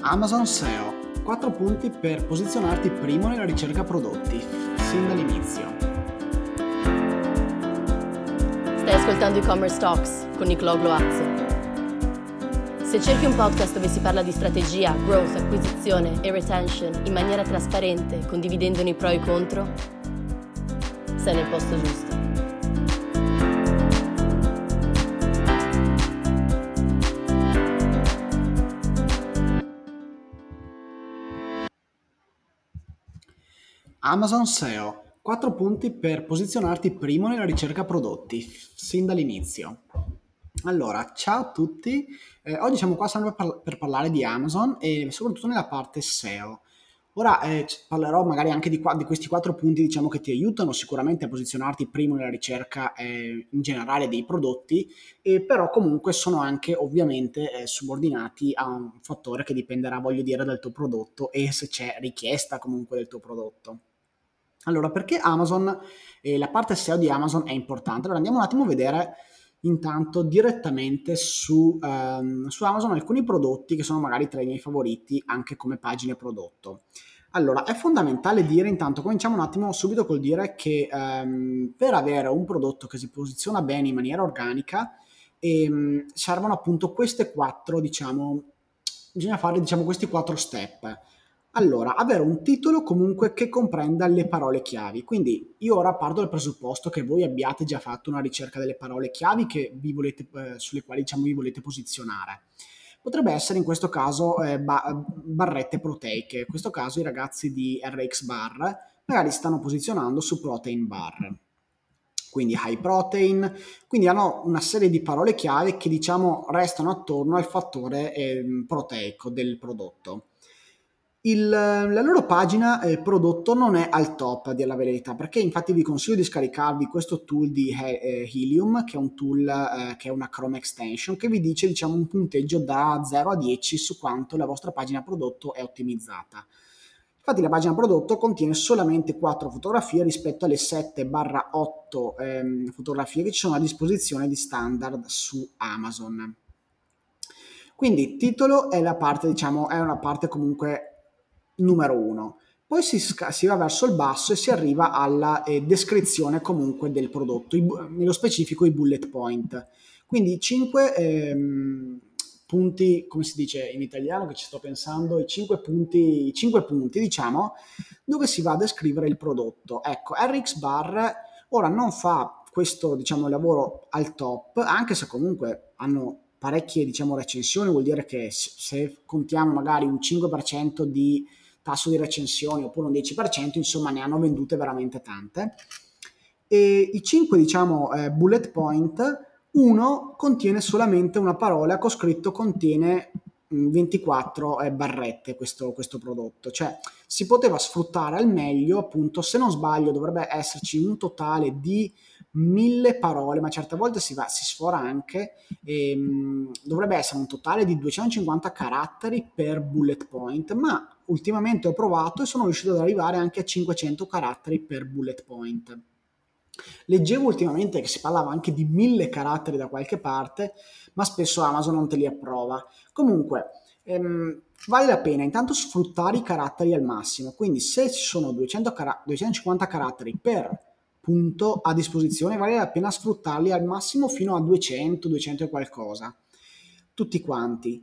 Amazon SEO, 4 punti per posizionarti primo nella ricerca prodotti, sin dall'inizio. Stai ascoltando e-commerce Talks con Nicolò Gloazzo. Se cerchi un podcast dove si parla di strategia, growth, acquisizione e retention in maniera trasparente, condividendone i pro e i contro, sei nel posto giusto. Amazon SEO, 4 punti per posizionarti primo nella ricerca prodotti, sin dall'inizio. Allora, ciao a tutti, oggi siamo qua sempre per parlare di Amazon e soprattutto nella parte SEO. Ora parlerò magari anche di questi 4 punti, diciamo, che ti aiutano sicuramente a posizionarti primo nella ricerca in generale dei prodotti, però comunque sono anche ovviamente subordinati a un fattore che dipenderà, voglio dire, dal tuo prodotto e se c'è richiesta comunque del tuo prodotto. Allora, perché Amazon, la parte SEO di Amazon è importante? Allora andiamo un attimo a vedere intanto direttamente su Amazon alcuni prodotti che sono magari tra i miei favoriti anche come pagine prodotto. Allora, è fondamentale dire intanto, cominciamo un attimo subito col dire che per avere un prodotto che si posiziona bene in maniera organica servono appunto queste quattro, diciamo, bisogna fare diciamo questi 4 step. Allora, avere un titolo comunque che comprenda le parole chiavi. Quindi io ora parto dal presupposto che voi abbiate già fatto una ricerca delle parole chiavi che vi volete, sulle quali diciamo vi volete posizionare. Potrebbe essere in questo caso barrette proteiche. In questo caso i ragazzi di RX Bar magari stanno posizionando su protein bar. Quindi high protein, quindi hanno una serie di parole chiave che diciamo restano attorno al fattore proteico del prodotto. La loro pagina prodotto non è al top, a dire la verità, perché infatti vi consiglio di scaricarvi questo tool di Helium, che è un tool che è una Chrome extension, che vi dice diciamo un punteggio da 0 a 10 su quanto la vostra pagina prodotto è ottimizzata. Infatti la pagina prodotto contiene solamente 4 fotografie rispetto alle 7/8 fotografie che ci sono a disposizione di standard su Amazon. Quindi titolo è la parte, diciamo, è una parte comunque numero 1. Poi si va verso il basso e si arriva alla descrizione comunque del prodotto, nello specifico i bullet point. Quindi 5 punti, come si dice in italiano che ci sto pensando, i 5 punti diciamo, dove si va a descrivere il prodotto. Ecco, RX Bar ora non fa questo diciamo lavoro al top, anche se comunque hanno parecchie diciamo recensioni, vuol dire che se contiamo magari un 5% di tasso di recensioni oppure un 10%, insomma ne hanno vendute veramente tante. E i 5 diciamo bullet point, uno contiene solamente una parola che ho scritto contiene 24 barrette questo prodotto, cioè si poteva sfruttare al meglio, appunto, se non sbaglio dovrebbe esserci un totale di 1000 parole, ma certe volte si sfora anche, dovrebbe essere un totale di 250 caratteri per bullet point, ma ultimamente ho provato e sono riuscito ad arrivare anche a 500 caratteri per bullet point. Leggevo ultimamente che si parlava anche di 1000 caratteri da qualche parte, ma spesso Amazon non te li approva. Comunque, vale la pena intanto sfruttare i caratteri al massimo, quindi se ci sono 250 caratteri per punto a disposizione, vale la pena sfruttarli al massimo fino a 200, 200 e qualcosa, tutti quanti.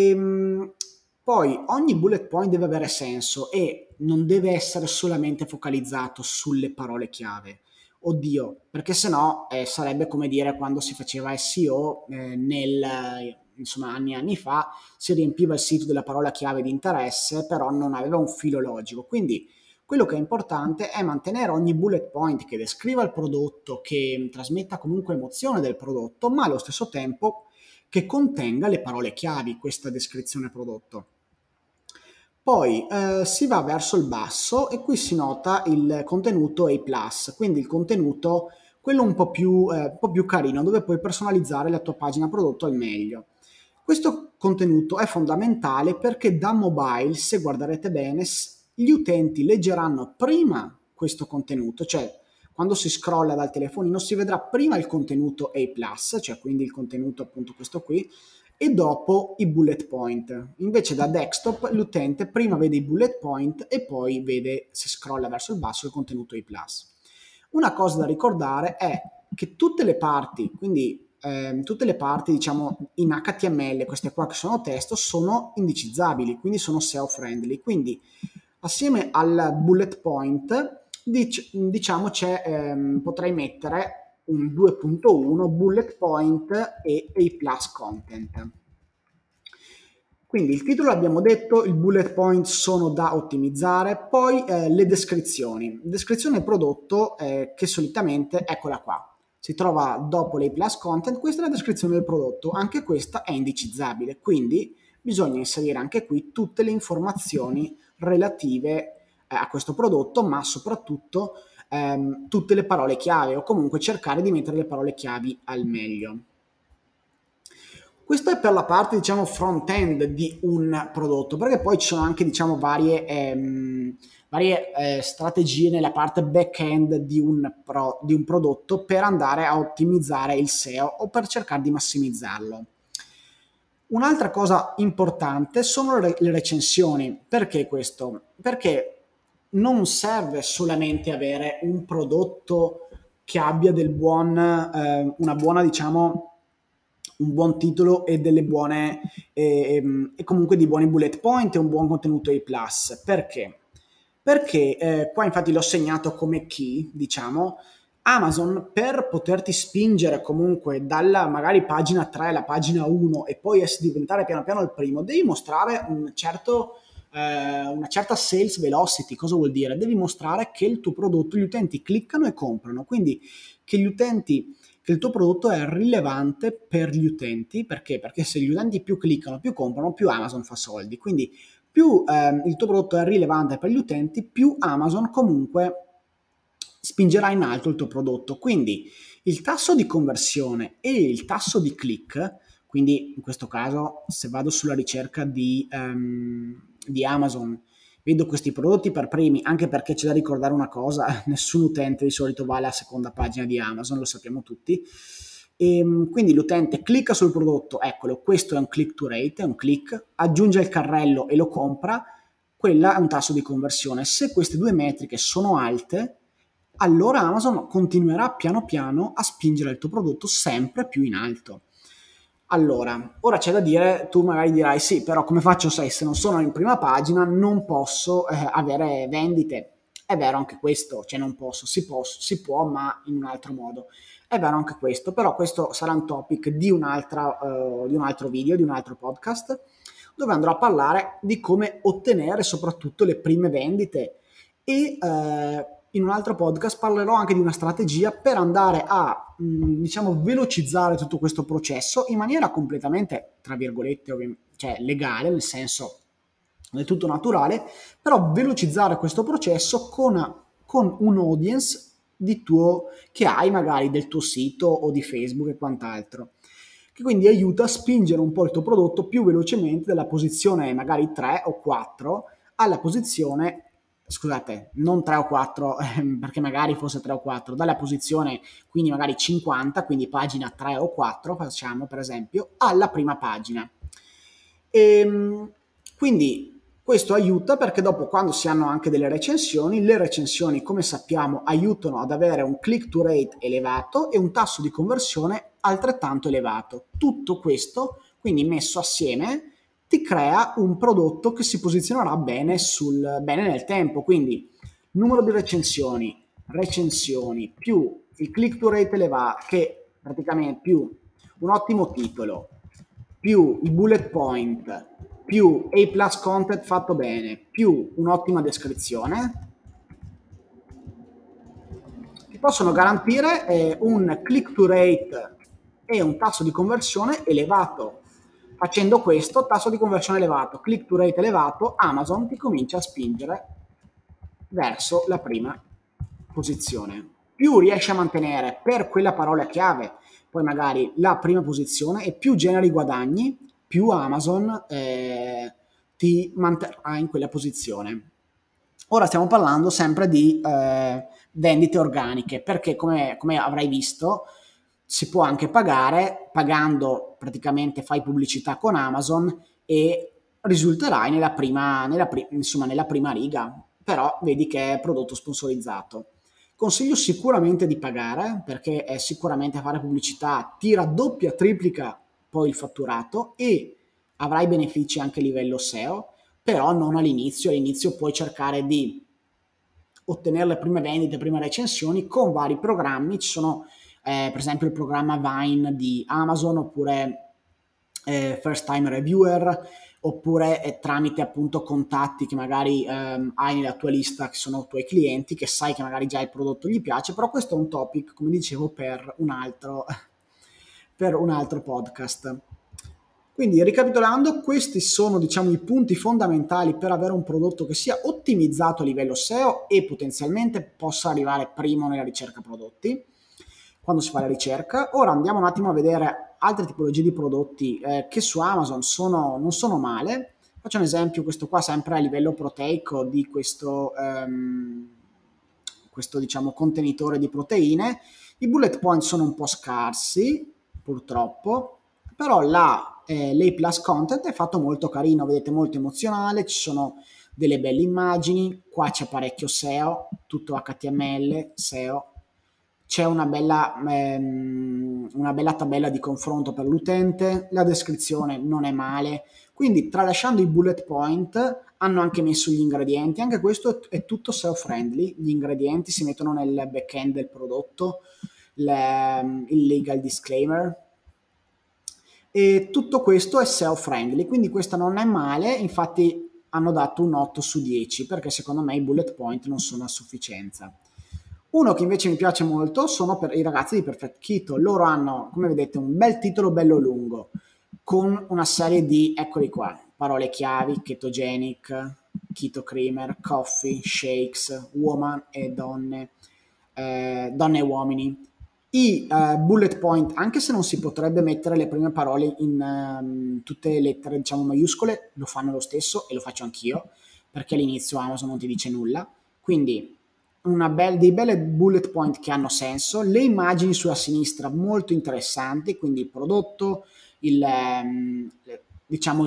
Poi ogni bullet point deve avere senso e non deve essere solamente focalizzato sulle parole chiave. Oddio, perché sennò sarebbe come dire quando si faceva SEO insomma anni e anni fa, si riempiva il sito della parola chiave di interesse, però non aveva un filo logico. Quindi quello che è importante è mantenere ogni bullet point che descriva il prodotto, che trasmetta comunque emozione del prodotto, ma allo stesso tempo che contenga le parole chiavi, questa descrizione prodotto. Poi si va verso il basso e qui si nota il contenuto A+, quindi il contenuto, quello un po' più carino, dove puoi personalizzare la tua pagina prodotto al meglio. Questo contenuto è fondamentale perché da mobile, se guarderete bene, gli utenti leggeranno prima questo contenuto, cioè quando si scrolla dal telefonino si vedrà prima il contenuto A+, cioè quindi il contenuto appunto questo qui, e dopo i bullet point. Invece da desktop l'utente prima vede i bullet point e poi vede, se scrolla verso il basso, il contenuto A+. Una cosa da ricordare è che tutte le parti, quindi tutte le parti diciamo in HTML, queste qua che sono testo, sono indicizzabili, quindi sono SEO friendly. Quindi assieme al bullet point diciamo potrei mettere un 2.1 bullet point e A+ content. Quindi il titolo l'abbiamo detto, il bullet point sono da ottimizzare, poi le descrizioni. Descrizione del prodotto che solitamente, eccola qua, si trova dopo l'A+ content, questa è la descrizione del prodotto, anche questa è indicizzabile, quindi bisogna inserire anche qui tutte le informazioni relative a questo prodotto, ma soprattutto tutte le parole chiave o comunque cercare di mettere le parole chiavi al meglio. Questo è per la parte, diciamo, front-end di un prodotto, perché poi ci sono anche, diciamo, varie strategie nella parte back-end di un prodotto per andare a ottimizzare il SEO o per cercare di massimizzarlo. Un'altra cosa importante sono le recensioni. Perché questo? Perché non serve solamente avere un prodotto che abbia una buona, diciamo, un buon titolo e delle buone e comunque di buoni bullet point e un buon contenuto A+. Perché? Perché qua infatti l'ho segnato come key, diciamo, Amazon per poterti spingere comunque dalla magari pagina 3 alla pagina 1 e poi diventare piano piano il primo, devi mostrare una certa sales velocity. Cosa vuol dire? Devi mostrare che il tuo prodotto, gli utenti cliccano e comprano, quindi che il tuo prodotto è rilevante per gli utenti. Perché? Perché se gli utenti più cliccano, più comprano, più Amazon fa soldi. Quindi più il tuo prodotto è rilevante per gli utenti, più Amazon comunque spingerà in alto il tuo prodotto. Quindi il tasso di conversione e il tasso di click, quindi in questo caso se vado sulla ricerca di Amazon, vedo questi prodotti per primi, anche perché c'è da ricordare una cosa, nessun utente di solito va alla seconda pagina di Amazon, lo sappiamo tutti, e quindi l'utente clicca sul prodotto, eccolo, questo è un click to rate, è un click, aggiunge il carrello e lo compra, quella è un tasso di conversione. Se queste due metriche sono alte, allora Amazon continuerà piano piano a spingere il tuo prodotto sempre più in alto. Allora, ora c'è da dire, tu magari dirai sì, però come faccio se non sono in prima pagina non posso avere vendite? È vero anche questo, cioè non posso, si può, ma in un altro modo. È vero anche questo, però questo sarà un topic di un altro video, di un altro podcast, dove andrò a parlare di come ottenere soprattutto le prime vendite e in un altro podcast parlerò anche di una strategia per andare a diciamo velocizzare tutto questo processo in maniera completamente, tra virgolette, cioè legale, nel senso del tutto naturale, però velocizzare questo processo con un audience che hai magari del tuo sito o di Facebook e quant'altro, che quindi aiuta a spingere un po' il tuo prodotto più velocemente dalla posizione magari 3 o 4 alla posizione, scusate, non 3 o 4, perché magari fosse 3 o 4, dalla posizione quindi magari 50, quindi pagina 3 o 4, facciamo per esempio, alla prima pagina. Quindi questo aiuta perché dopo, quando si hanno anche delle recensioni, le recensioni, come sappiamo, aiutano ad avere un click to rate elevato e un tasso di conversione altrettanto elevato. Tutto questo, quindi messo assieme, ti crea un prodotto che si posizionerà bene nel tempo. Quindi numero di recensioni più il click to rate elevato, che praticamente più un ottimo titolo, più i bullet point, più A+ content fatto bene, più un'ottima descrizione, ti possono garantire un click to rate e un tasso di conversione elevato. Facendo questo, tasso di conversione elevato, click to rate elevato, Amazon ti comincia a spingere verso la prima posizione. Più riesci a mantenere per quella parola chiave poi magari la prima posizione e più generi guadagni, più Amazon ti manterrà in quella posizione. Ora stiamo parlando sempre di vendite organiche, perché come avrai visto, si può anche pagare, pagando praticamente fai pubblicità con Amazon e risulterai nella prima riga, però vedi che è prodotto sponsorizzato. Consiglio sicuramente di pagare, perché sicuramente fare pubblicità ti raddoppia, triplica poi il fatturato e avrai benefici anche a livello SEO, però non all'inizio. All'inizio puoi cercare di ottenere le prime vendite, le prime recensioni con vari programmi. Ci sono per esempio il programma Vine di Amazon, oppure First Time Reviewer, oppure tramite appunto contatti che magari hai nella tua lista, che sono tuoi clienti, che sai che magari già il prodotto gli piace, però questo è un topic, come dicevo, per un altro podcast. Quindi ricapitolando, questi sono diciamo i punti fondamentali per avere un prodotto che sia ottimizzato a livello SEO e potenzialmente possa arrivare primo nella ricerca prodotti quando si fa la ricerca. Ora andiamo un attimo a vedere altre tipologie di prodotti che su Amazon non sono male. Faccio un esempio, questo qua sempre a livello proteico di questo diciamo contenitore di proteine. I bullet point sono un po' scarsi, purtroppo, però l'A Plus Content è fatto molto carino, vedete, molto emozionale, ci sono delle belle immagini, qua c'è parecchio SEO, tutto HTML, SEO, c'è una bella tabella di confronto per l'utente, la descrizione non è male, quindi tralasciando i bullet point hanno anche messo gli ingredienti, anche questo è tutto SEO friendly, gli ingredienti si mettono nel back-end del prodotto, il legal disclaimer, e tutto questo è SEO friendly, quindi questo non è male. Infatti hanno dato un 8 su 10 perché secondo me i bullet point non sono a sufficienza. Uno che invece mi piace molto sono per i ragazzi di Perfect Keto. Loro hanno, come vedete, un bel titolo bello lungo con una serie di, eccoli qua, parole chiavi: ketogenic, keto creamer, coffee, shakes, woman e donne, donne e uomini. I bullet point, anche se non si potrebbe mettere le prime parole in tutte le lettere diciamo maiuscole, lo fanno lo stesso e lo faccio anch'io, perché all'inizio Amazon non ti dice nulla. Quindi dei belle bullet point che hanno senso, le immagini sulla sinistra molto interessanti, quindi il prodotto, diciamo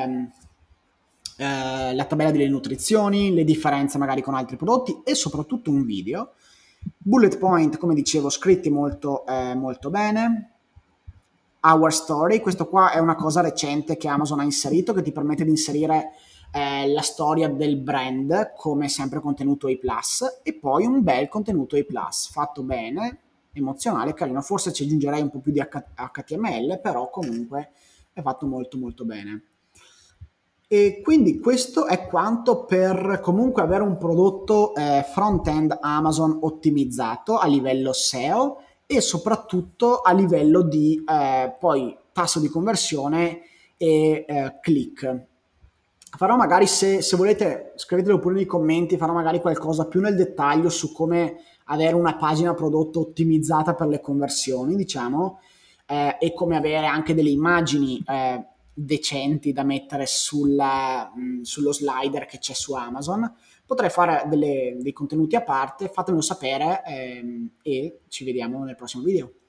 la tabella delle nutrizioni, le differenze magari con altri prodotti e soprattutto un video. Bullet point, come dicevo, scritti molto bene. Our Story, questo qua è una cosa recente che Amazon ha inserito, che ti permette di inserire la storia del brand come sempre contenuto A+, e poi un bel contenuto A+, fatto bene, emozionale, carino. Forse ci aggiungerei un po' più di HTML, però comunque è fatto molto bene. E quindi questo è quanto per comunque avere un prodotto front-end Amazon ottimizzato a livello SEO e soprattutto a livello di poi tasso di conversione e click. Farò magari, se volete, scrivetelo pure nei commenti, farò magari qualcosa più nel dettaglio su come avere una pagina prodotto ottimizzata per le conversioni, diciamo, e come avere anche delle immagini decenti da mettere sullo slider che c'è su Amazon. Potrei fare dei contenuti a parte, fatemelo sapere e ci vediamo nel prossimo video.